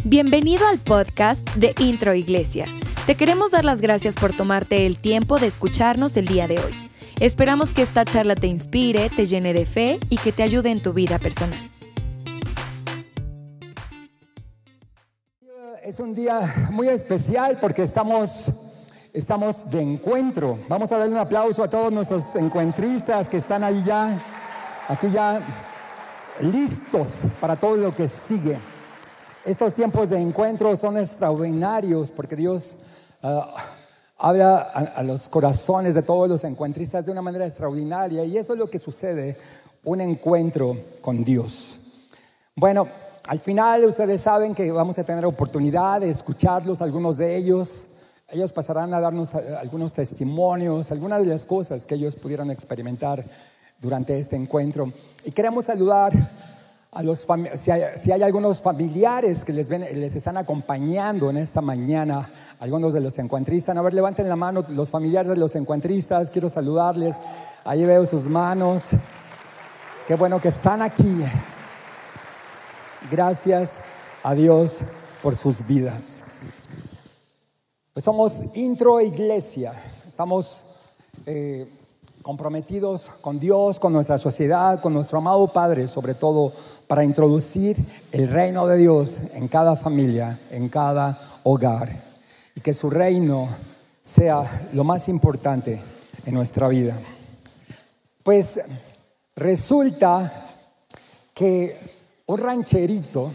Bienvenido al podcast de Intro Iglesia. Te queremos dar las gracias por tomarte el tiempo de escucharnos el día de hoy. Esperamos que esta charla te inspire, te llene de fe y que te ayude en tu vida personal. Es un día muy especial porque estamos de encuentro. Vamos a darle un aplauso a todos nuestros encuentristas que están ahí ya, aquí ya listos para todo lo que sigue. Estos tiempos de encuentro son extraordinarios porque Dios habla a los corazones de todos los encuentristas de una manera extraordinaria, y eso es lo que sucede, un encuentro con Dios. Bueno, al final ustedes saben que vamos a tener oportunidad de escucharlos, algunos de ellos. Ellos pasarán a darnos algunos testimonios, algunas de las cosas que ellos pudieron experimentar durante este encuentro. Y queremos saludar a si hay algunos familiares que les están acompañando en esta mañana, algunos de los encuentristas. A ver, levanten la mano los familiares de los encuentristas, quiero saludarles. Ahí veo sus manos. Qué bueno que están aquí. Gracias a Dios por sus vidas. Pues somos Intro Iglesia, estamos comprometidos con Dios, con nuestra sociedad, con nuestro amado Padre, sobre todo para introducir el reino de Dios en cada familia, en cada hogar, y que su reino sea lo más importante en nuestra vida. Pues resulta que un rancherito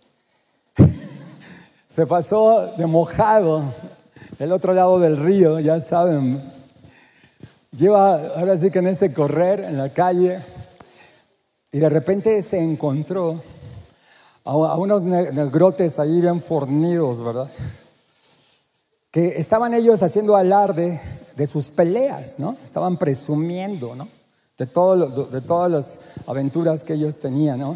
se pasó de mojado del otro lado del río, ya saben. Lleva, ahora sí que en ese correr en la calle, y de repente se encontró a unos negrotes ahí bien fornidos, ¿verdad? Que estaban ellos haciendo alarde de sus peleas, ¿no? Estaban presumiendo, ¿no? De todas las aventuras que ellos tenían, ¿no?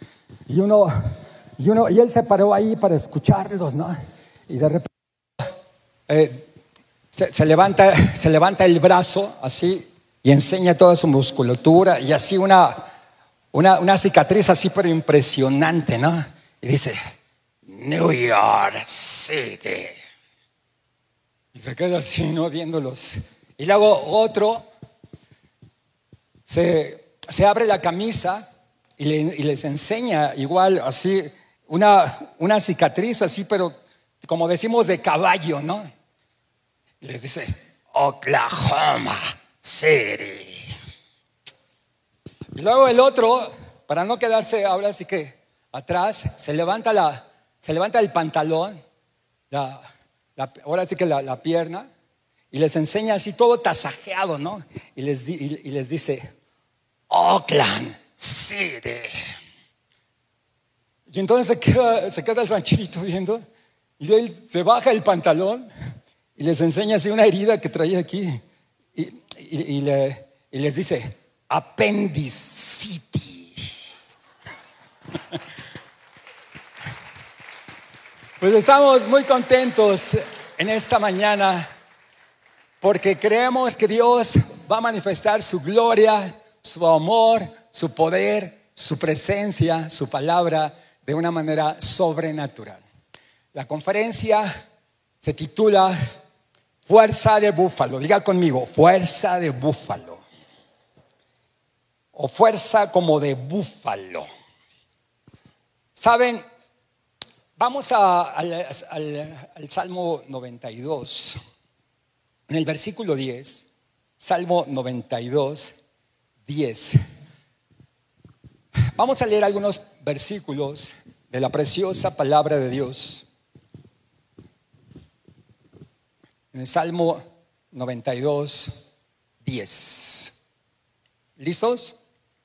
Y él se paró ahí para escucharlos, ¿no? Y de repente se levanta el brazo así y enseña toda su musculatura, y así una cicatriz así pero impresionante, ¿no? Y dice, New York City. Y se queda así, ¿no? Viéndolos. Y luego otro se abre la camisa y les enseña igual así una cicatriz así, pero como decimos de caballo, ¿no? Y les dice, Oklahoma City. Y luego el otro, para no quedarse ahora así que atrás, se levanta el pantalón, ahora sí que la pierna, y les enseña así todo tasajeado, ¿no? Y les dice, Oakland City. Y entonces se queda el rancherito viendo, y él se baja el pantalón y les enseña así una herida que traía aquí, y les dice, Appendicity. Pues estamos muy contentos en esta mañana porque creemos que Dios va a manifestar su gloria, su amor, su poder, su presencia, su palabra de una manera sobrenatural. La conferencia se titula Fuerza de Búfalo. Diga conmigo, fuerza de búfalo. O fuerza como de búfalo. Saben, vamos al Salmo 92. En el versículo 10, Salmo 92, 10. Vamos a leer algunos versículos de la preciosa palabra de Dios. En el Salmo 92, 10. ¿Listos?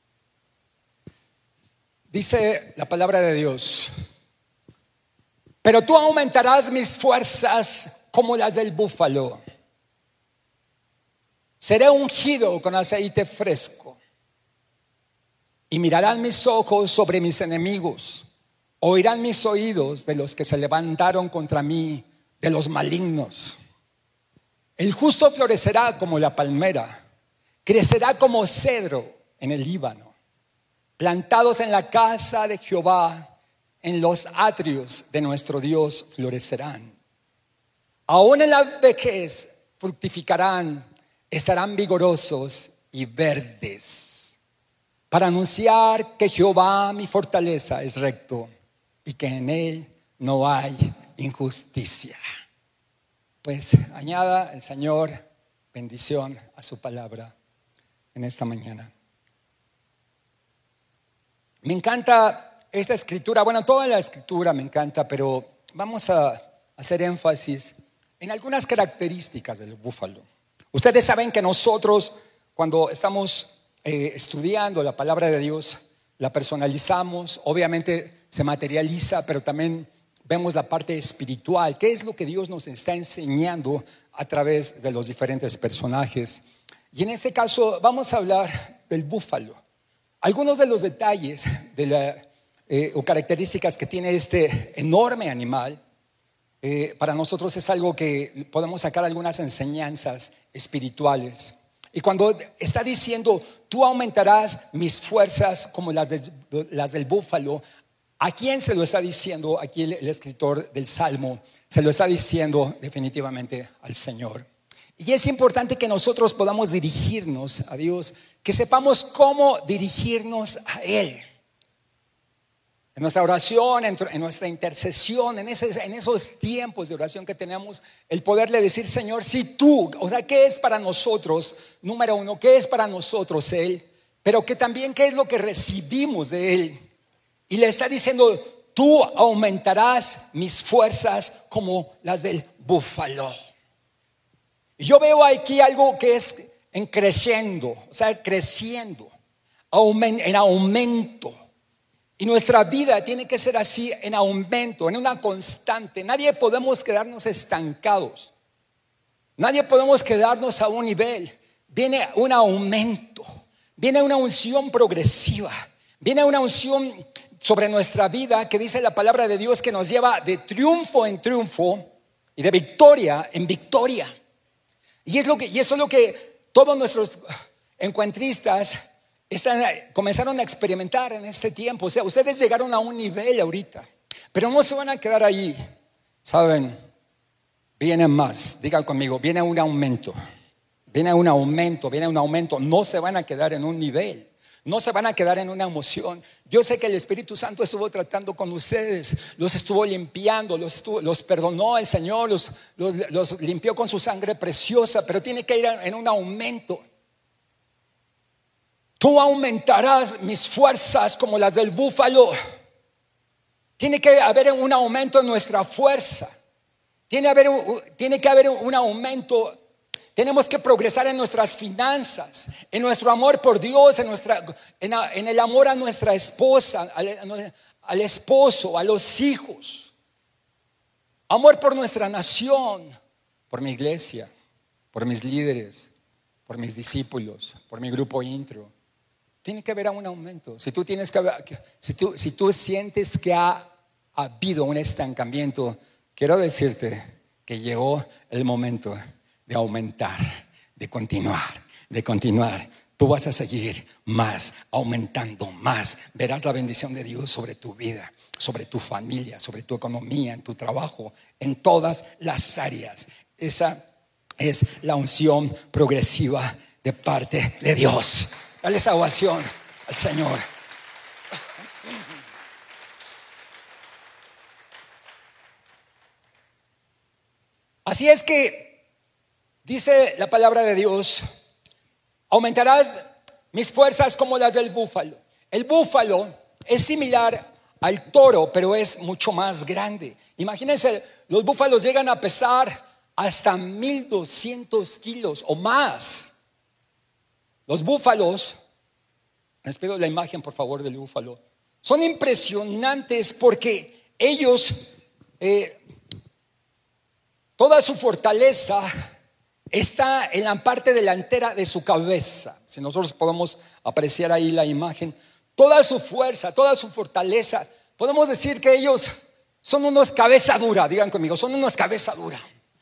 Dice la palabra de Dios: pero tú aumentarás mis fuerzas como las del búfalo. Seré ungido con aceite fresco. Y mirarán mis ojos sobre mis enemigos. Oirán mis oídos de los que se levantaron contra mí, de los malignos. El justo florecerá como la palmera, crecerá como cedro en el Líbano. Plantados en la casa de Jehová, en los atrios de nuestro Dios florecerán. Aún en la vejez fructificarán, estarán vigorosos y verdes, para anunciar que Jehová mi fortaleza es recto y que en él no hay injusticia. Pues añada el Señor bendición a su palabra en esta mañana. Me encanta esta escritura, bueno, toda la escritura me encanta, pero vamos a hacer énfasis en algunas características del búfalo. Ustedes saben que nosotros, cuando estamos estudiando la palabra de Dios, la personalizamos, obviamente se materializa, pero también vemos la parte espiritual. ¿Qué es lo que Dios nos está enseñando a través de los diferentes personajes? Y en este caso vamos a hablar del búfalo. Algunos de los detalles o características que tiene este enorme animal, para nosotros es algo que podemos sacar algunas enseñanzas espirituales. Y cuando está diciendo, tú aumentarás mis fuerzas como las del búfalo, ¿a quién se lo está diciendo? Aquí el escritor del Salmo se lo está diciendo definitivamente al Señor. Y es importante que nosotros podamos dirigirnos a Dios, que sepamos cómo dirigirnos a Él. En nuestra oración, en nuestra intercesión, en esos tiempos de oración que tenemos, el poderle decir, Señor, si tú, o sea, ¿qué es para nosotros? Número uno, ¿qué es para nosotros Él? Pero que también, ¿qué es lo que recibimos de Él? Y le está diciendo, tú aumentarás mis fuerzas como las del búfalo. Y yo veo aquí algo que es en creciendo, o sea, creciendo, en aumento. Y nuestra vida tiene que ser así, en aumento, en una constante. Nadie podemos quedarnos estancados. Nadie podemos quedarnos a un nivel. Viene un aumento, viene una unción progresiva, viene una unción sobre nuestra vida que dice la palabra de Dios que nos lleva de triunfo en triunfo y de victoria en victoria. Y eso es lo que todos nuestros encuentristas comenzaron a experimentar en este tiempo. O sea, ustedes llegaron a un nivel ahorita, pero no se van a quedar ahí. Saben, viene más. Digan conmigo, viene un aumento. Viene un aumento, viene un aumento. No se van a quedar en un nivel, no se van a quedar en una emoción. Yo sé que el Espíritu Santo estuvo tratando con ustedes, los estuvo limpiando, los perdonó el Señor, los limpió con su sangre preciosa, pero tiene que ir en un aumento. Tú aumentarás mis fuerzas como las del búfalo. Tiene que haber un aumento en nuestra fuerza. Tiene que haber un aumento. Tenemos que progresar en nuestras finanzas, en nuestro amor por Dios, en el amor a nuestra esposa, al esposo, a los hijos. Amor por nuestra nación, por mi iglesia, por mis líderes, por mis discípulos, por mi grupo intro. Tiene que haber un aumento. Si tú sientes que ha habido un estancamiento, quiero decirte que llegó el momento de aumentar, de continuar. Tú vas a seguir más, aumentando más. Verás la bendición de Dios sobre tu vida, sobre tu familia, sobre tu economía, en tu trabajo, en todas las áreas. Esa es la unción progresiva de parte de Dios. Dale esa ovación al Señor. Así es que dice la palabra de Dios, aumentarás mis fuerzas como las del búfalo. El búfalo es similar al toro, pero es mucho más grande. Imagínense, los búfalos llegan a pesar hasta 1,200 kilos o más. Los búfalos, les pido la imagen por favor del búfalo, son impresionantes porque ellos, toda su fortaleza está en la parte delantera de su cabeza. Si nosotros podemos apreciar ahí la imagen, toda su fuerza, toda su fortaleza, podemos decir que ellos son unos cabeza dura. Digan conmigo, son unos cabeza dura.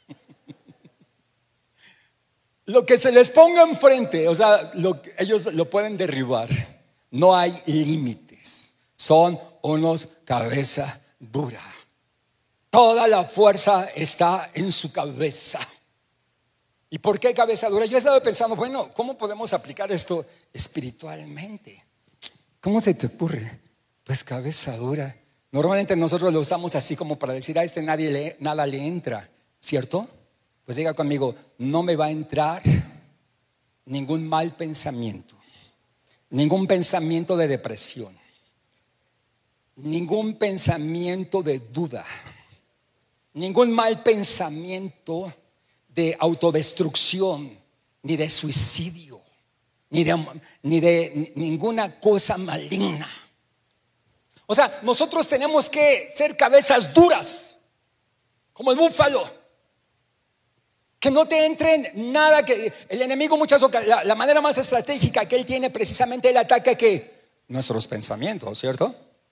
Lo que se les ponga enfrente, o sea, ellos lo pueden derribar. No hay límites. Son unos cabeza dura. Toda la fuerza está en su cabeza. ¿Y por qué cabeza dura? Yo he estado pensando, bueno, ¿cómo podemos aplicar esto espiritualmente? ¿Cómo se te ocurre? Pues cabeza dura. Normalmente nosotros lo usamos así como para decir, a este nada le entra, ¿cierto? Pues diga conmigo, no me va a entrar ningún mal pensamiento, ningún pensamiento de depresión, ningún pensamiento de duda, ningún mal pensamiento de autodestrucción, ni de suicidio, ni de ninguna cosa maligna. O sea, nosotros tenemos que ser cabezas duras, como el búfalo. Que no te entren nada, que el enemigo muchas ocasiones, la manera más estratégica que él tiene precisamente el ataque que nuestros pensamientos, ¿cierto?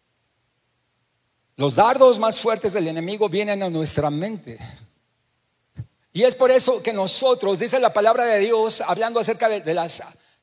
Los dardos más fuertes del enemigo vienen a nuestra mente. Y es por eso que nosotros, dice la palabra de Dios, hablando acerca de las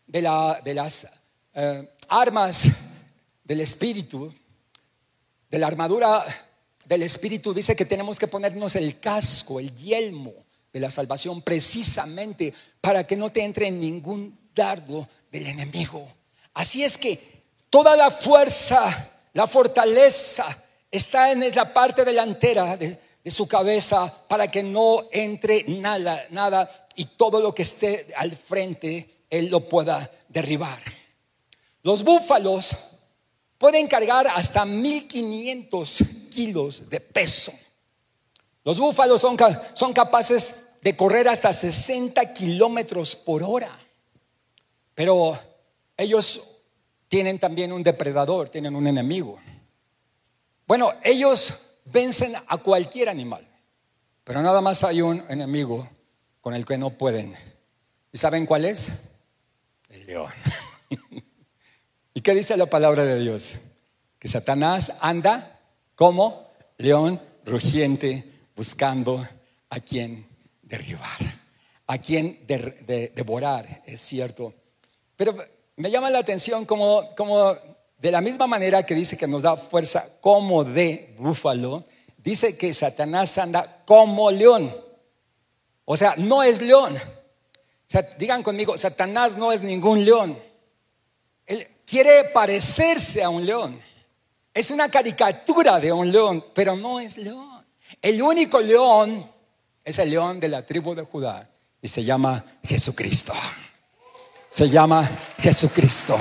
armas del Espíritu, de la armadura del Espíritu, dice que tenemos que ponernos el casco, el yelmo de la salvación, precisamente para que no te entre ningún dardo del enemigo. Así es que toda la fuerza, la fortaleza está en la parte delantera de su cabeza, para que no entre nada y todo lo que esté al frente él lo pueda derribar. Los búfalos pueden cargar hasta 1500 kilos de peso. Los búfalos son capaces de correr hasta 60 kilómetros por hora. Pero ellos tienen también un depredador, tienen un enemigo. Bueno, ellos vencen a cualquier animal, pero nada más hay un enemigo con el que no pueden. ¿Y saben cuál es? El león. ¿Y qué dice la palabra de Dios? Que Satanás anda como león rugiente, buscando a quien derribar, a quien devorar, es cierto. Pero me llama la atención como de la misma manera que dice que nos da fuerza como de búfalo, dice que Satanás anda como león. O sea, no es león. O sea, digan conmigo, Satanás no es ningún león. Él quiere parecerse a un león. Es una caricatura de un león, pero no es león. El único león es el león de la tribu de Judá y se llama Jesucristo. Se llama Jesucristo.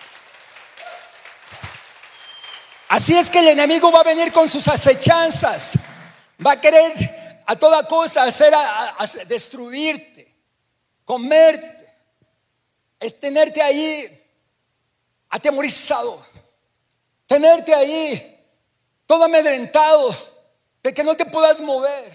Así es que el enemigo va a venir con sus acechanzas. Va a querer a toda costa destruirte, comerte, tenerte ahí atemorizado, tenerte ahí todo amedrentado, de que no te puedas mover.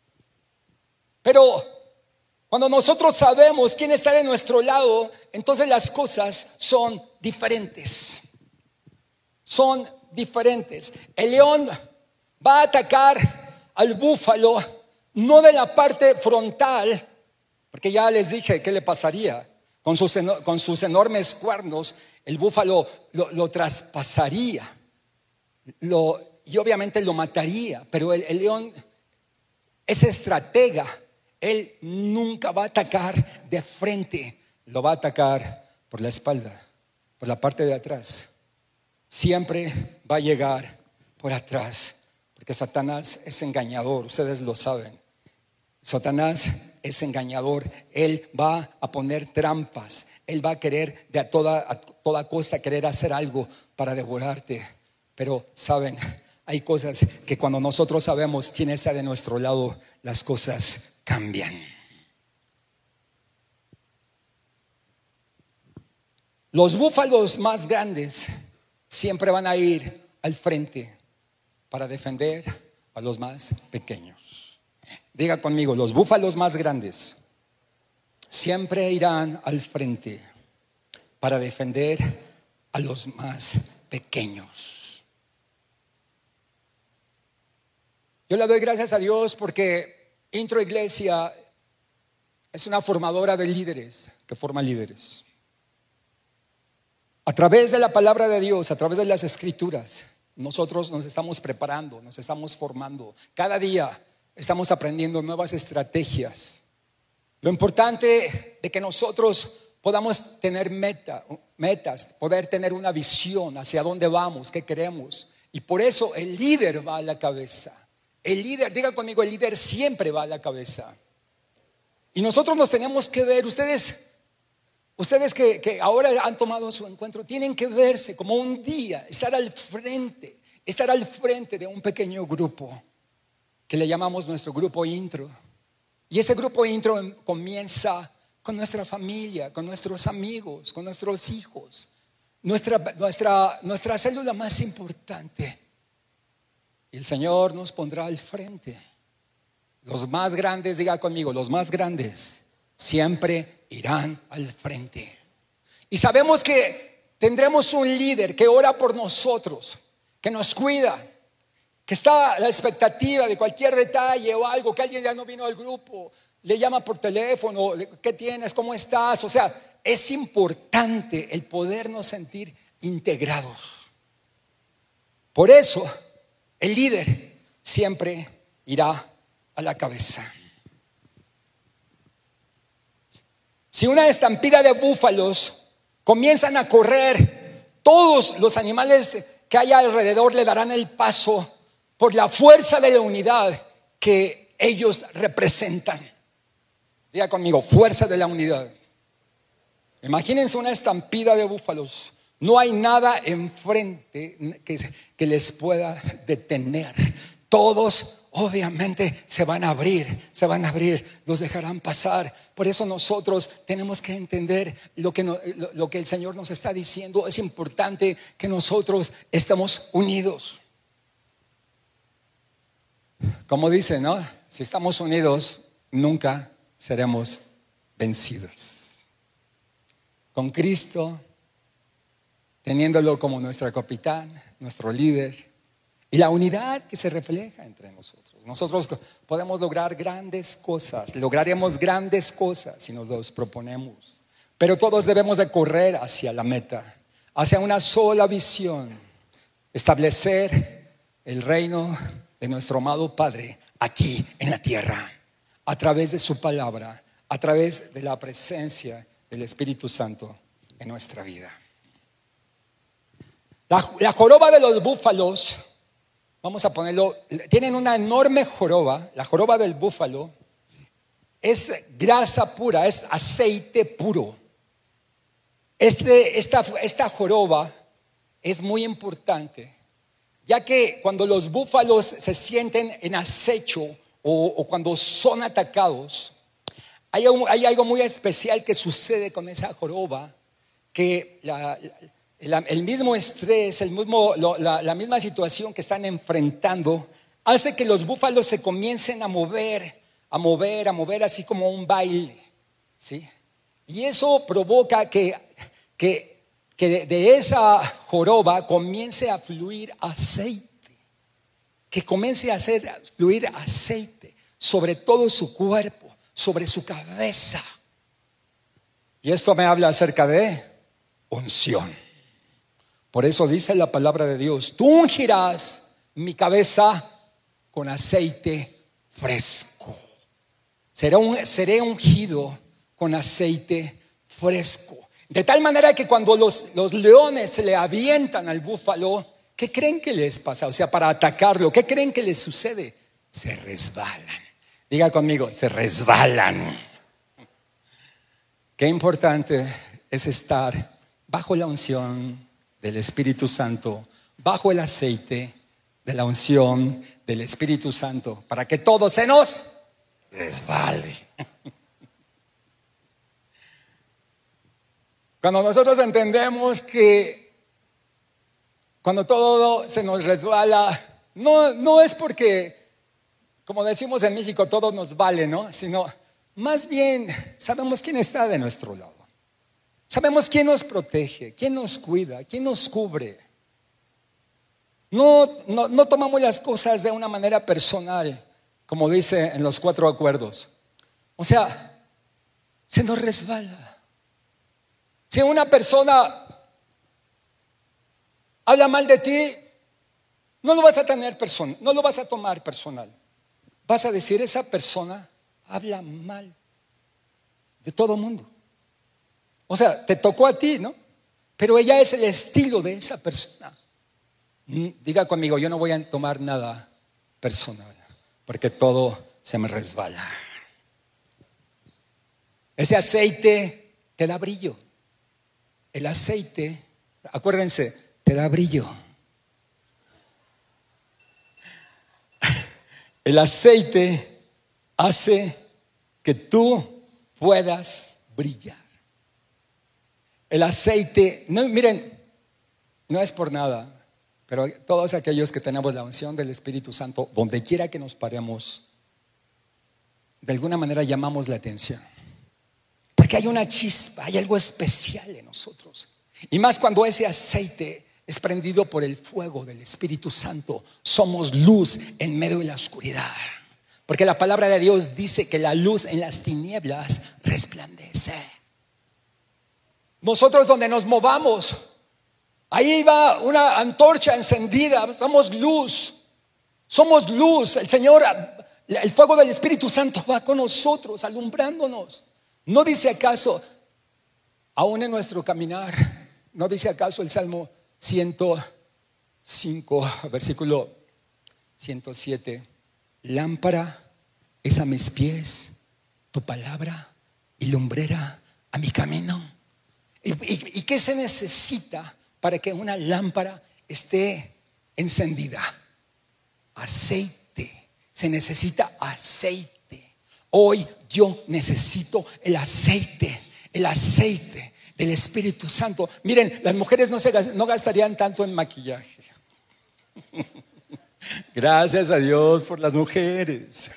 Pero cuando nosotros sabemos quién está de nuestro lado, entonces las cosas son diferentes. Son diferentes. El león va a atacar al búfalo no de la parte frontal, porque ya les dije qué le pasaría. Con sus enormes cuernos el búfalo lo traspasaría, y obviamente lo mataría. Pero el león es estratega. Él nunca va a atacar de frente, lo va a atacar por la espalda, por la parte de atrás. Siempre va a llegar por atrás, porque Satanás es engañador, ustedes lo saben. Satanás es engañador. Él va a poner trampas. Él va a querer a toda costa querer hacer algo para devorarte. Pero saben, hay cosas que cuando nosotros sabemos quién está de nuestro lado, las cosas cambian. Los búfalos más grandes siempre van a ir al frente para defender a los más pequeños. Diga conmigo, los búfalos más grandes siempre irán al frente para defender a los más pequeños. Yo le doy gracias a Dios porque Intro Iglesia es una formadora de líderes que forma líderes. A través de la palabra de Dios, a través de las escrituras, nosotros nos estamos preparando, nos estamos formando. Cada día estamos aprendiendo nuevas estrategias. Lo importante de que nosotros podamos tener metas, poder tener una visión hacia dónde vamos, qué queremos. Y por eso el líder va a la cabeza. El líder, diga conmigo, el líder siempre va a la cabeza. Y nosotros nos tenemos que ver, ustedes que ahora han tomado su encuentro, tienen que verse como un día, estar al frente de un pequeño grupo que le llamamos nuestro grupo intro. Y ese grupo intro comienza con nuestra familia, con nuestros amigos, con nuestros hijos, nuestra célula más importante. Y el Señor nos pondrá al frente. Los más grandes, diga conmigo, los más grandes siempre irán al frente. Y sabemos que tendremos un líder que ora por nosotros, que nos cuida, que está a la expectativa de cualquier detalle o algo, que alguien ya no vino al grupo, le llama por teléfono, ¿qué tienes? ¿Cómo estás? O sea, es importante el podernos sentir integrados. Por eso el líder siempre irá a la cabeza. Si una estampida de búfalos comienzan a correr, todos los animales que hay alrededor le darán el paso por la fuerza de la unidad que ellos representan. Diga conmigo, fuerza de la unidad. Imagínense una estampida de búfalos. No hay nada enfrente que les pueda detener. Todos obviamente se van a abrir, los dejarán pasar. Por eso nosotros tenemos que entender lo que el Señor nos está diciendo. Es importante que nosotros estemos unidos. Como dice, ¿no? Si estamos unidos, nunca seremos vencidos. Con Cristo, teniéndolo como nuestro capitán, nuestro líder, y la unidad que se refleja entre nosotros. Nosotros podemos lograr grandes cosas, lograremos grandes cosas si nos los proponemos. Pero todos debemos de correr hacia la meta, hacia una sola visión: establecer el reino de nuestro amado Padre aquí en la tierra, a través de su palabra, a través de la presencia del Espíritu Santo en nuestra vida. La joroba de los búfalos, vamos a ponerlo, tienen una enorme joroba. La joroba del búfalo es grasa pura, es aceite puro. Esta joroba es muy importante, ya que cuando los búfalos se sienten en acecho o cuando son atacados, hay algo muy especial que sucede con esa joroba, que el mismo estrés, la misma situación que están enfrentando hace que los búfalos se comiencen a mover así como un baile, ¿sí? Y eso provoca que de esa joroba comience a fluir aceite, que comience a hacer fluir aceite sobre todo su cuerpo, sobre su cabeza. Y esto me habla acerca de unción. Por eso dice la palabra de Dios: tú ungirás mi cabeza con aceite fresco. Seré ungido con aceite fresco. De tal manera que cuando los leones se le avientan al búfalo, ¿qué creen que les pasa? O sea, para atacarlo, ¿qué creen que les sucede? Se resbalan. Diga conmigo, se resbalan. Qué importante es estar bajo la unción del Espíritu Santo, bajo el aceite de la unción del Espíritu Santo, para que todo se nos resbale. Cuando nosotros entendemos que cuando todo se nos resbala, no es porque, como decimos en México, todo nos vale, ¿no? Sino más bien sabemos quién está de nuestro lado. Sabemos quién nos protege, quién nos cuida, quién nos cubre. No tomamos las cosas de una manera personal, como dice en los 4 acuerdos. O sea, se nos resbala. Si una persona habla mal de ti, No lo vas a tener personal, no lo vas a tomar personal. Vas a decir, esa persona habla mal de todo el mundo. O sea, te tocó a ti, ¿no? Pero ella es el estilo de esa persona. Diga conmigo, yo no voy a tomar nada personal, porque todo se me resbala. Ese aceite te da brillo. El aceite, acuérdense, te da brillo. El aceite hace que tú puedas brillar. El aceite, no, miren, no es por nada, pero todos aquellos que tenemos la unción del Espíritu Santo, donde quiera que nos paremos, de alguna manera llamamos la atención. Porque hay una chispa, hay algo especial en nosotros. Y más cuando ese aceite es prendido por el fuego del Espíritu Santo. Somos luz en medio de la oscuridad. Porque la palabra de Dios dice que la luz en las tinieblas resplandece. Nosotros donde nos movamos, ahí va una antorcha encendida. Somos luz. Somos luz. El Señor, el fuego del Espíritu Santo va con nosotros, alumbrándonos. ¿No dice acaso, aún en nuestro caminar, no dice acaso el Salmo 105, versículo 107, lámpara es a mis pies tu palabra y lumbrera a mi camino? ¿Y qué se necesita para que una lámpara esté encendida? Aceite. Se necesita aceite. Hoy yo necesito el aceite del Espíritu Santo. Miren, las mujeres no gastarían tanto en maquillaje. Gracias a Dios por las mujeres.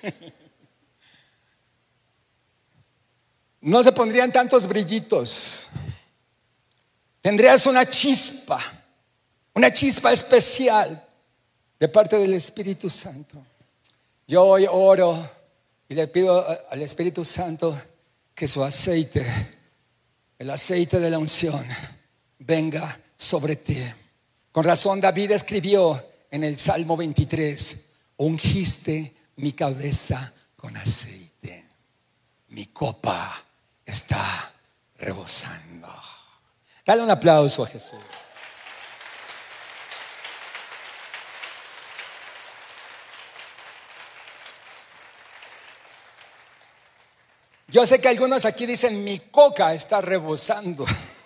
No se pondrían tantos brillitos. Tendrías una chispa especial de parte del Espíritu Santo. Yo hoy oro y le pido al Espíritu Santo que su aceite, el aceite de la unción, venga sobre ti. Con razón David escribió en el Salmo 23, ungiste mi cabeza con aceite, mi copa está rebosando. Dale un aplauso a Jesús. Yo sé que algunos aquí dicen, mi coca está rebosando.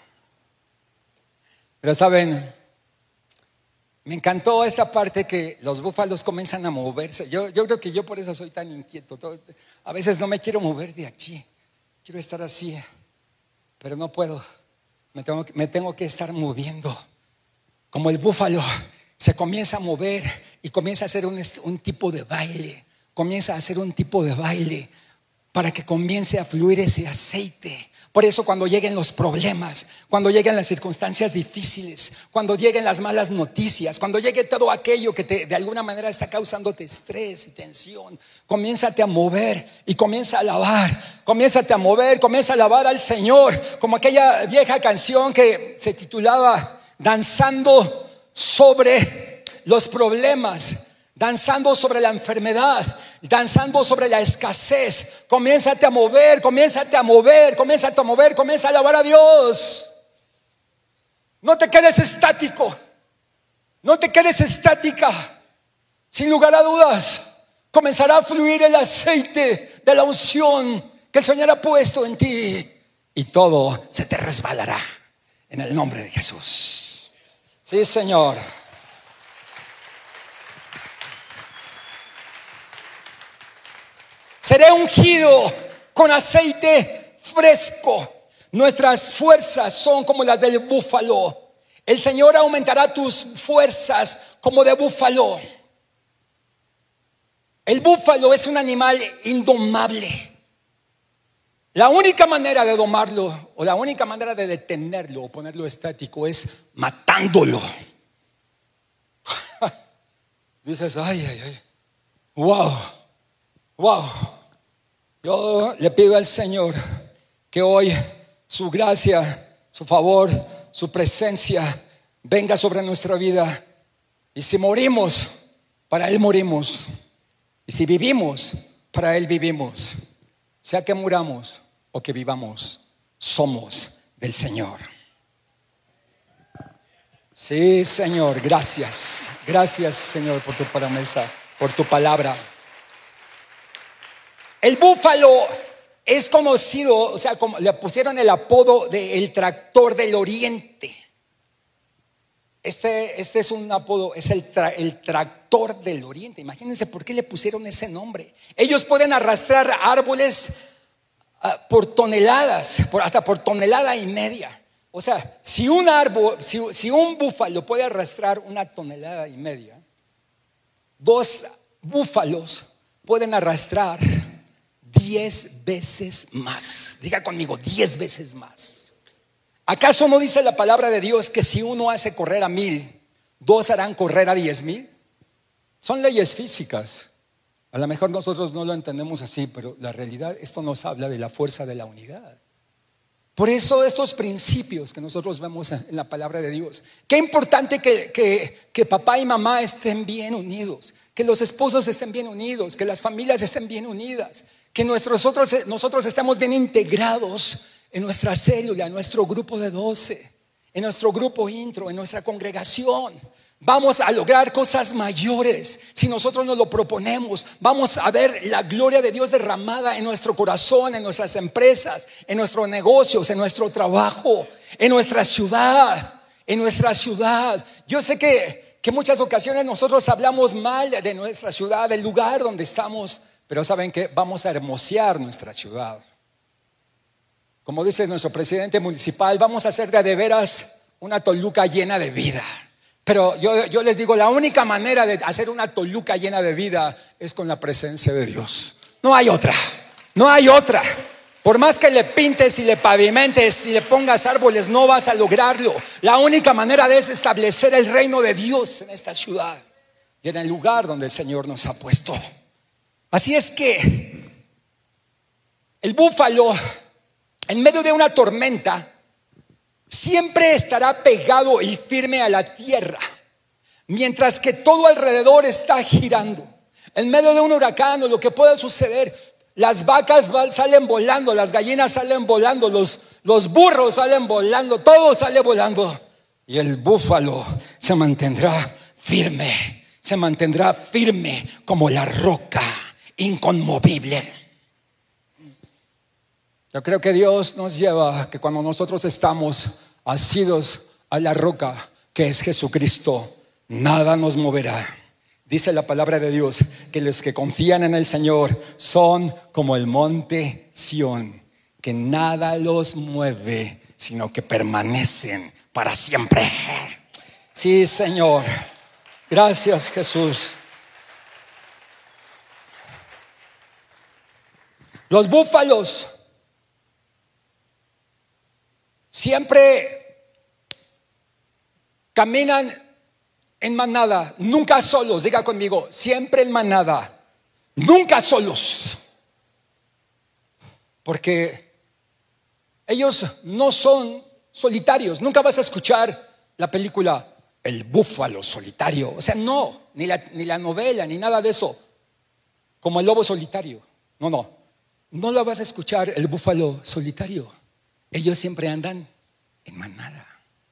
Pero saben, me encantó esta parte que los búfalos comienzan a moverse. Yo creo que yo por eso soy tan inquieto. A veces no me quiero mover de aquí. Quiero estar así, pero no puedo. Me tengo que estar moviendo. Como el búfalo se comienza a mover y comienza a hacer un tipo de baile. Comienza a hacer un tipo de baile para que comience a fluir ese aceite. Por eso cuando lleguen los problemas, cuando lleguen las circunstancias difíciles, cuando lleguen las malas noticias, cuando llegue todo aquello que de alguna manera está causándote estrés y tensión, comiénzate a mover y comienza a alabar. Comiénzate a mover, comienza a alabar al Señor. Como aquella vieja canción que se titulaba Danzando sobre los problemas, danzando sobre la enfermedad, danzando sobre la escasez. Comiénzate a mover, comiénzate a mover, comiénzate a mover, comienza a alabar a Dios. No te quedes estático, no te quedes estática. Sin lugar a dudas, comenzará a fluir el aceite de la unción que el Señor ha puesto en ti y todo se te resbalará en el nombre de Jesús. Sí, Señor. Seré ungido con aceite fresco. Nuestras fuerzas son como las del búfalo. El Señor aumentará tus fuerzas como de búfalo. El búfalo es un animal indomable. La única manera de domarlo, o la única manera de detenerlo o ponerlo estático, es matándolo. Dices, ay, wow. Yo le pido al Señor que hoy su gracia, su favor, su presencia venga sobre nuestra vida Y si morimos, para Él morimos. Y si vivimos, para Él vivimos. Sea que muramos o que vivamos, somos del Señor. Sí, Señor, gracias. Gracias, Señor, por tu promesa, por tu palabra. El búfalo es conocido, o sea, como le pusieron el apodo de el tractor del oriente. Este es un apodo, es el tractor del oriente. Imagínense por qué le pusieron ese nombre. Ellos pueden arrastrar árboles por toneladas, hasta por tonelada y media. O sea, si un búfalo puede arrastrar una tonelada y media, 2 búfalos pueden arrastrar 10 veces más. Diga conmigo, 10 veces más. ¿Acaso no dice la palabra de Dios que si uno hace correr a 1000, 2 harán correr a 10,000? Son leyes físicas. A lo mejor nosotros no lo entendemos así, pero la realidad, esto nos habla de la fuerza de la unidad. Por eso estos principios que nosotros vemos en la palabra de Dios, qué importante que papá y mamá estén bien unidos, que los esposos estén bien unidos, que las familias estén bien unidas, que nosotros estemos bien integrados en nuestra célula, en nuestro grupo de 12, en nuestro grupo intro, en nuestra congregación. Vamos a lograr cosas mayores si nosotros nos lo proponemos. Vamos a ver la gloria de Dios derramada en nuestro corazón, en nuestras empresas, en nuestros negocios, en nuestro trabajo, en nuestra ciudad, Yo sé que muchas ocasiones nosotros hablamos mal de nuestra ciudad, del lugar donde estamos, pero ¿saben qué? Vamos a hermosear nuestra ciudad. Como dice nuestro presidente municipal, vamos a hacer de veras una Toluca llena de vida. Pero yo les digo, la única manera de hacer una Toluca llena de vida es con la presencia de Dios. No hay otra, no hay otra. Por más que le pintes y le pavimentes y le pongas árboles, no vas a lograrlo. La única manera es establecer el reino de Dios en esta ciudad y en el lugar donde el Señor nos ha puesto. Así es que el búfalo, en medio de una tormenta, siempre estará pegado y firme a la tierra, mientras que todo alrededor está girando. En medio de un huracán o lo que pueda suceder, las vacas salen volando, las gallinas salen volando, los burros salen volando, todo sale volando. Y el búfalo se mantendrá firme como la roca, inconmovible. Yo creo que Dios nos lleva, que cuando nosotros estamos asidos a la roca que es Jesucristo, nada nos moverá. Dice la palabra de Dios que los que confían en el Señor son como el monte Sión, que nada los mueve, sino que permanecen para siempre. Sí, Señor. Gracias, Jesús. Los búfalos siempre caminan en manada, nunca solos. Diga conmigo, siempre en manada, nunca solos. Porque ellos no son solitarios. Nunca vas a escuchar la película El búfalo solitario. O sea, no, ni la novela, ni nada de eso. Como el lobo solitario. No la vas a escuchar, el búfalo solitario. Ellos siempre andan en manada.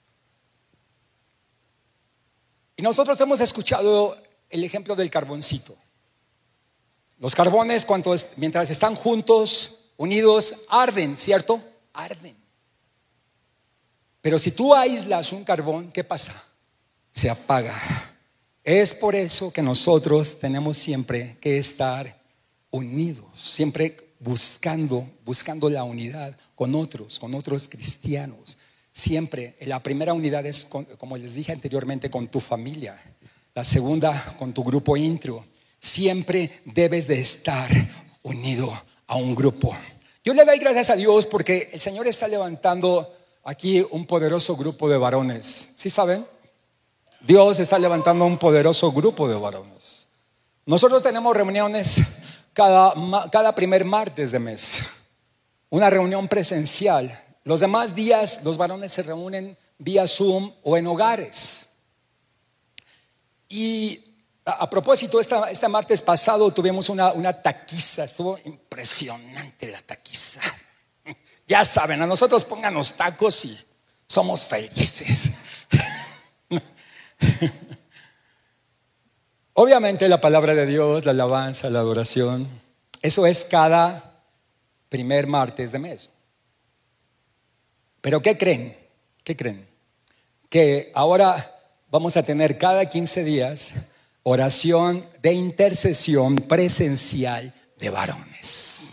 Y nosotros hemos escuchado el ejemplo del carboncito. Los carbones, mientras están juntos, unidos, arden, ¿cierto? Arden. Pero si tú aíslas un carbón, ¿qué pasa? Se apaga. Es por eso que nosotros tenemos siempre que estar unidos, siempre buscando la unidad con otros cristianos. Siempre, la primera unidad es, como les dije anteriormente, con tu familia. La segunda, con tu grupo intro. Siempre debes de estar unido a un grupo. Yo le doy gracias a Dios porque el Señor está levantando aquí un poderoso grupo de varones. ¿Sí saben? Dios está levantando un poderoso grupo de varones. Nosotros tenemos reuniones cada primer martes de mes. Una reunión presencial. Los demás días los varones se reúnen vía Zoom o en hogares. Y a propósito, este martes pasado tuvimos una taquiza. Estuvo impresionante la taquiza. Ya saben, a nosotros pónganos tacos y somos felices. Obviamente la palabra de Dios, la alabanza, la adoración, eso es cada primer martes de mes. Pero ¿qué creen? ¿Qué creen? Que ahora vamos a tener cada 15 días oración de intercesión presencial de varones.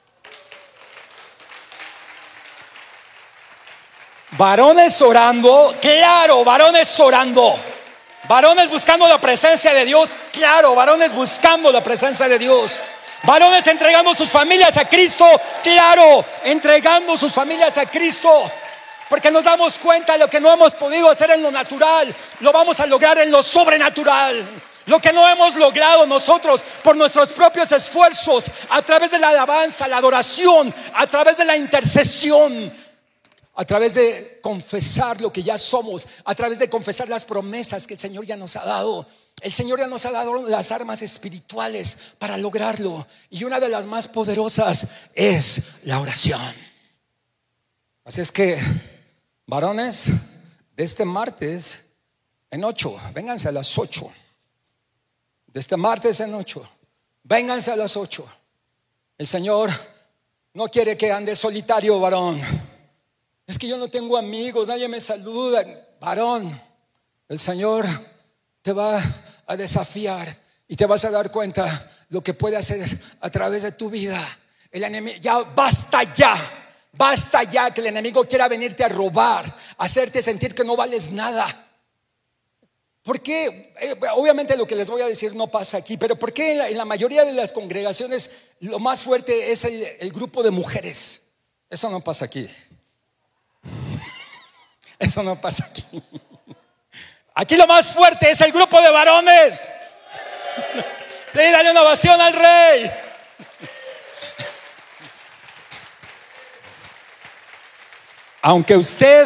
Varones orando, claro, varones orando. Varones buscando la presencia de Dios, claro, varones buscando la presencia de Dios. Varones entregando sus familias a Cristo, claro, entregando sus familias a Cristo. Porque nos damos cuenta de lo que no hemos podido hacer en lo natural, lo vamos a lograr en lo sobrenatural. Lo que no hemos logrado nosotros por nuestros propios esfuerzos, a través de la alabanza, la adoración, a través de la intercesión, a través de confesar lo que ya somos, a través de confesar las promesas que el Señor ya nos ha dado. El Señor ya nos ha dado las armas espirituales para lograrlo. Y una de las más poderosas es la oración. Así es que, varones, de este martes en 8, vénganse a las 8. De este martes en 8, vénganse a las 8. El Señor no quiere que andes solitario, varón. Es que yo no tengo amigos, nadie me saluda. Varón, el Señor te va a desafiar y te vas a dar cuenta lo que puede hacer a través de tu vida. El enemigo, ya basta ya. Basta ya que el enemigo quiera venirte a robar, hacerte sentir que no vales nada. ¿Por qué? Obviamente lo que les voy a decir no pasa aquí, pero ¿por qué en la mayoría de las congregaciones lo más fuerte es el grupo de mujeres? Eso no pasa aquí. Eso no pasa aquí. Aquí lo más fuerte es el grupo de varones. Sí, dale una ovación al Rey. Aunque usted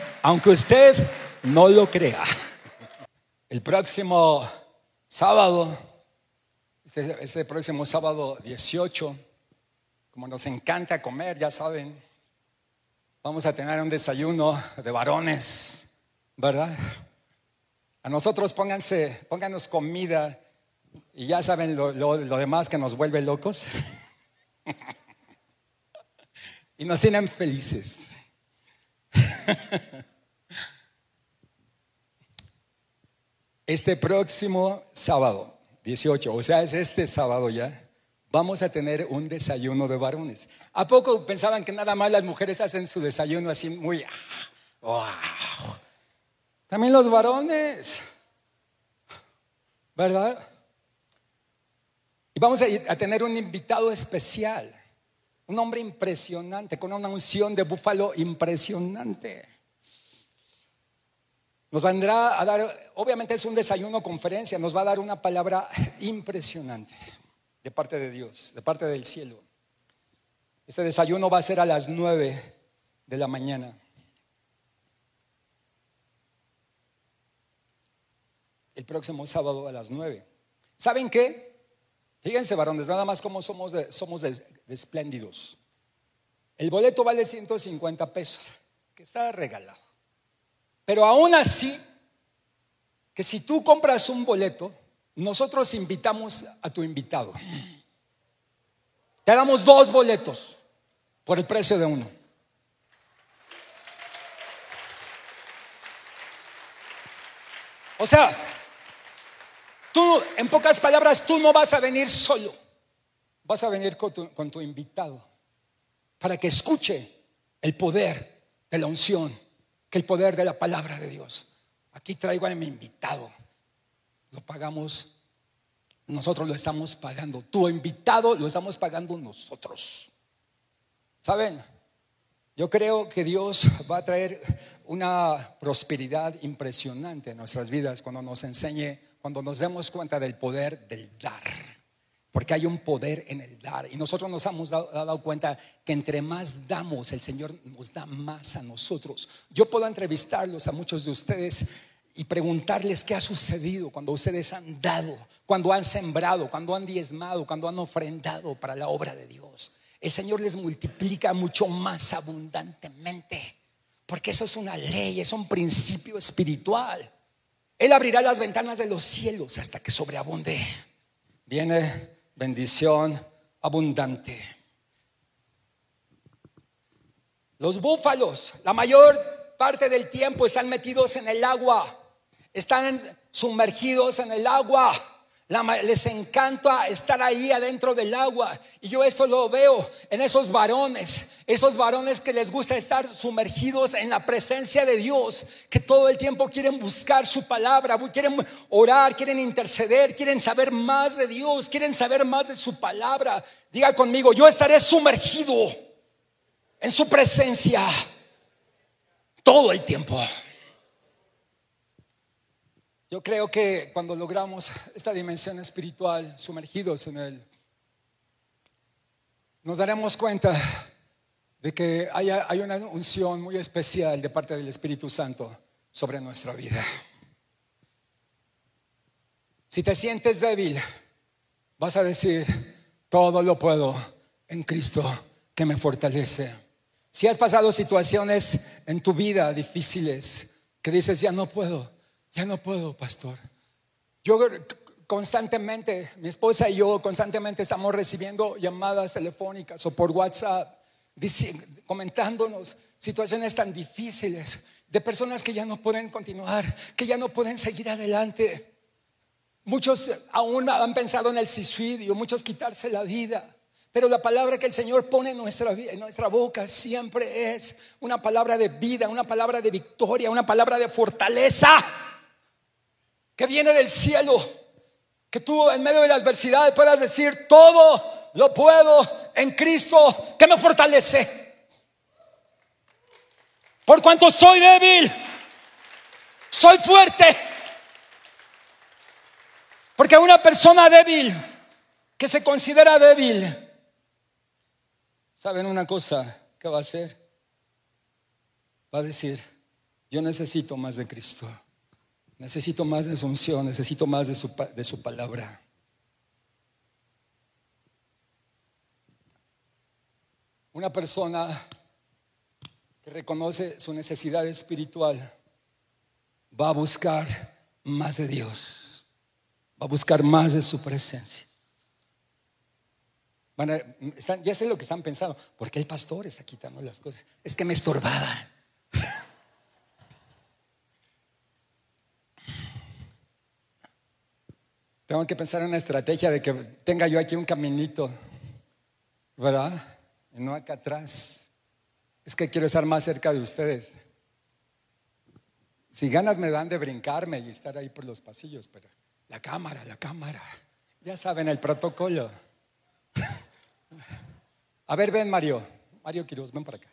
no lo crea, el próximo sábado, este próximo sábado 18, como nos encanta comer, ya saben, vamos a tener un desayuno de varones, ¿verdad? A nosotros pónganos comida y ya saben lo demás que nos vuelve locos y nos tienen felices. Este próximo sábado 18, o sea, es este sábado ya, vamos a tener un desayuno de varones. ¿A poco pensaban que nada más las mujeres hacen su desayuno así muy wow? También los varones, ¿verdad? Y vamos a tener un invitado especial, un hombre impresionante, con una unción de búfalo impresionante. Nos vendrá a dar, obviamente es un desayuno conferencia, nos va a dar una palabra impresionante de parte de Dios, de parte del cielo. Este desayuno va a ser a las 9 de la mañana. El próximo sábado a las 9. ¿Saben qué? Fíjense, varones, nada más como somos de espléndidos. El boleto vale 150 pesos, que está regalado. Pero aún así, que si tú compras un boleto, nosotros invitamos a tu invitado. Te damos 2 boletos por el precio de uno. O sea, tú, en pocas palabras, tú no vas a venir solo. Vas a venir con tu invitado para que escuche el poder de la unción, que el poder de la palabra de Dios. Aquí traigo a mi invitado. Lo pagamos, nosotros lo estamos pagando. Tu invitado lo estamos pagando nosotros. ¿Saben? Yo creo que Dios va a traer una prosperidad impresionante en nuestras vidas cuando nos enseñe, cuando nos demos cuenta del poder del dar. Porque hay un poder en el dar. Y nosotros nos hemos dado cuenta que entre más damos, el Señor nos da más a nosotros. Yo puedo entrevistarlos a muchos de ustedes y preguntarles qué ha sucedido cuando ustedes han dado, cuando han sembrado, cuando han diezmado, cuando han ofrendado para la obra de Dios. El Señor les multiplica mucho más abundantemente, porque eso es una ley, es un principio espiritual. Él abrirá las ventanas de los cielos hasta que sobreabunde. Viene bendición abundante. Los búfalos, la mayor parte del tiempo están metidos en el agua, están sumergidos en el agua. Les encanta estar ahí adentro del agua. Y yo esto lo veo en esos varones que les gusta estar sumergidos en la presencia de Dios, que todo el tiempo quieren buscar su palabra, quieren orar, quieren interceder, quieren saber más de Dios, quieren saber más de su palabra. Diga conmigo: yo estaré sumergido en su presencia todo el tiempo. Yo creo que cuando logramos esta dimensión espiritual, sumergidos en Él, nos daremos cuenta de que hay una unción muy especial de parte del Espíritu Santo sobre nuestra vida. Si te sientes débil, vas a decir: todo lo puedo en Cristo que me fortalece. Si has pasado situaciones en tu vida difíciles que dices: ya no puedo, pastor. Yo constantemente, mi esposa y yo constantemente estamos recibiendo llamadas telefónicas o por WhatsApp comentándonos situaciones tan difíciles de personas que ya no pueden continuar, que ya no pueden seguir adelante. Muchos aún han pensado en el suicidio, muchos quitarse la vida. Pero la palabra que el Señor pone en nuestra boca siempre es una palabra de vida, una palabra de victoria, una palabra de fortaleza que viene del cielo, que tú en medio de la adversidad puedas decir: todo lo puedo en Cristo que me fortalece. Por cuanto soy débil, soy fuerte. Porque una persona débil, que se considera débil, ¿saben una cosa que va a hacer? Va a decir: yo necesito más de Cristo. Necesito más de su unción, necesito más de su palabra. Una persona que reconoce su necesidad espiritual va a buscar más de Dios, va a buscar más de su presencia. Ya sé lo que están pensando: ¿por qué el pastor está quitando las cosas? Es que me estorbaba. Tengo que pensar en una estrategia de que tenga yo aquí un caminito, ¿verdad? Y no acá atrás. Es que quiero estar más cerca de ustedes. Si ganas me dan de brincarme y estar ahí por los pasillos, pero la cámara, ya saben el protocolo. A ver, ven Mario Quiroz, ven para acá.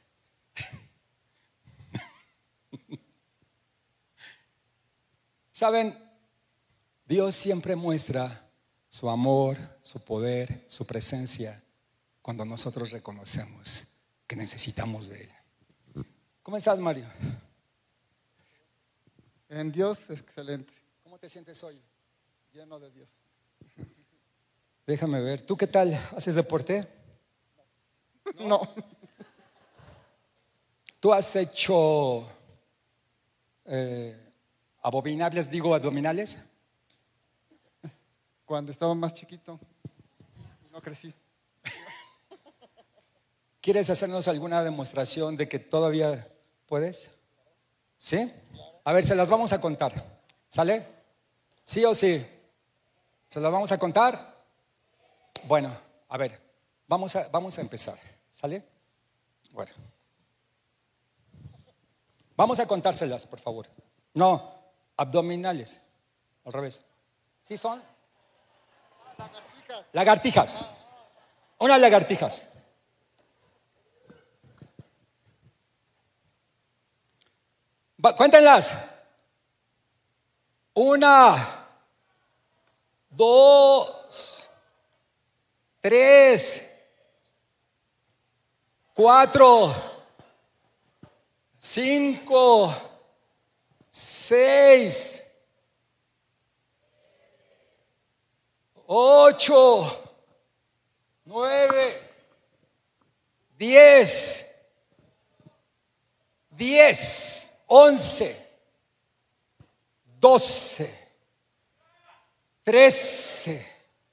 ¿Saben? Dios siempre muestra su amor, su poder, su presencia cuando nosotros reconocemos que necesitamos de Él. ¿Cómo estás, Mario? En Dios, excelente. ¿Cómo te sientes hoy? Lleno de Dios. Déjame ver, ¿tú qué tal? ¿Haces deporte? No. ¿Tú has hecho abdominales? Cuando estaba más chiquito, no crecí. ¿Quieres hacernos alguna demostración de que todavía puedes? ¿Sí? A ver, se las vamos a contar. ¿Sale? ¿Sí o sí? ¿Se las vamos a contar? Bueno, a ver, vamos a empezar. ¿Sale? Bueno. Vamos a contárselas, por favor. No, abdominales. Al revés. ¿Sí son? Lagartijas. Unas lagartijas. Cuéntenlas. 1, 2, 3, 4, 5, 6, 8, 9, 10, 11, 12, 13,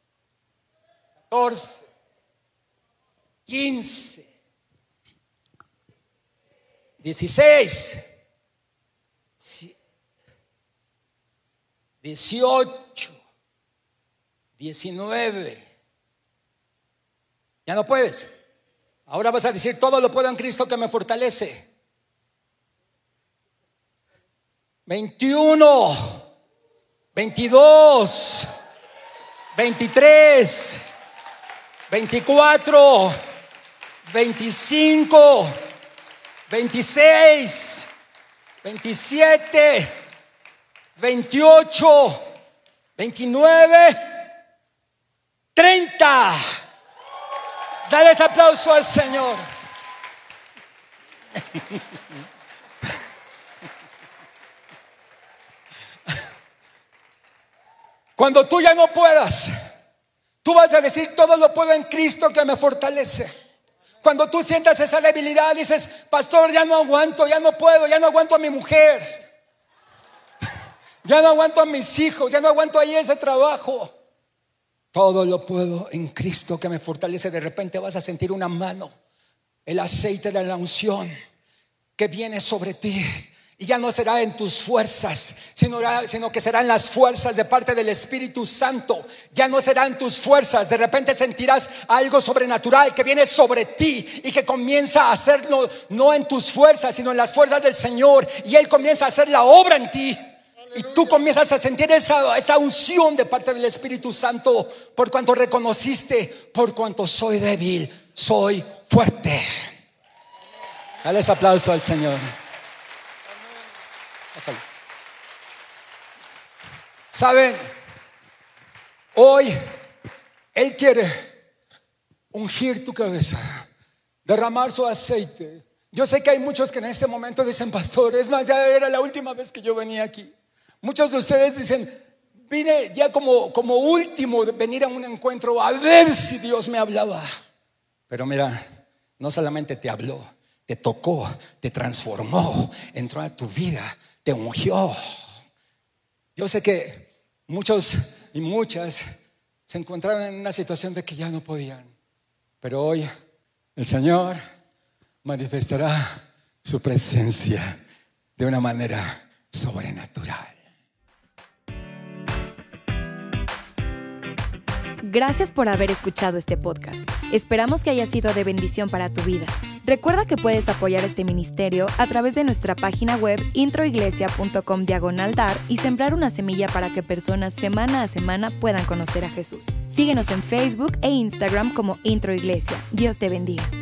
14, 15, 16, 18, 19. Ya no puedes. Ahora vas a decir: todo lo puedo en Cristo que me fortalece. 21, 22, 23, 24, 25, 26, 27, 28, 29, 30. Dale ese aplauso al Señor. Cuando tú ya no puedas, tú vas a decir: todo lo puedo en Cristo que me fortalece. Cuando tú sientas esa debilidad, dices: pastor, ya no aguanto, ya no puedo, ya no aguanto a mi mujer, ya no aguanto a mis hijos, ya no aguanto ahí ese trabajo. Todo lo puedo en Cristo que me fortalece. De repente vas a sentir una mano, el aceite de la unción que viene sobre ti. Y ya no será en tus fuerzas, sino que serán las fuerzas de parte del Espíritu Santo. Ya no serán tus fuerzas. De repente sentirás algo sobrenatural que viene sobre ti y que comienza a hacerlo no en tus fuerzas, sino en las fuerzas del Señor. Y Él comienza a hacer la obra en ti. Y tú comienzas a sentir esa unción de parte del Espíritu Santo, por cuanto reconociste: por cuanto soy débil, soy fuerte. Dale ese aplauso al Señor. ¿Saben? Hoy Él quiere ungir tu cabeza, derramar su aceite. Yo sé que hay muchos que en este momento dicen: pastor, es más, ya era la última vez que yo venía aquí. Muchos de ustedes dicen: vine ya como último de venir a un encuentro a ver si Dios me hablaba. Pero mira, no solamente te habló, te tocó, te transformó, entró a tu vida, te ungió. Yo sé que muchos y muchas se encontraron en una situación de que ya no podían, pero hoy el Señor manifestará su presencia de una manera sobrenatural. Gracias por haber escuchado este podcast. Esperamos que haya sido de bendición para tu vida. Recuerda que puedes apoyar este ministerio a través de nuestra página web introiglesia.com/dar y sembrar una semilla para que personas semana a semana puedan conocer a Jesús. Síguenos en Facebook e Instagram como Intro Iglesia. Dios te bendiga.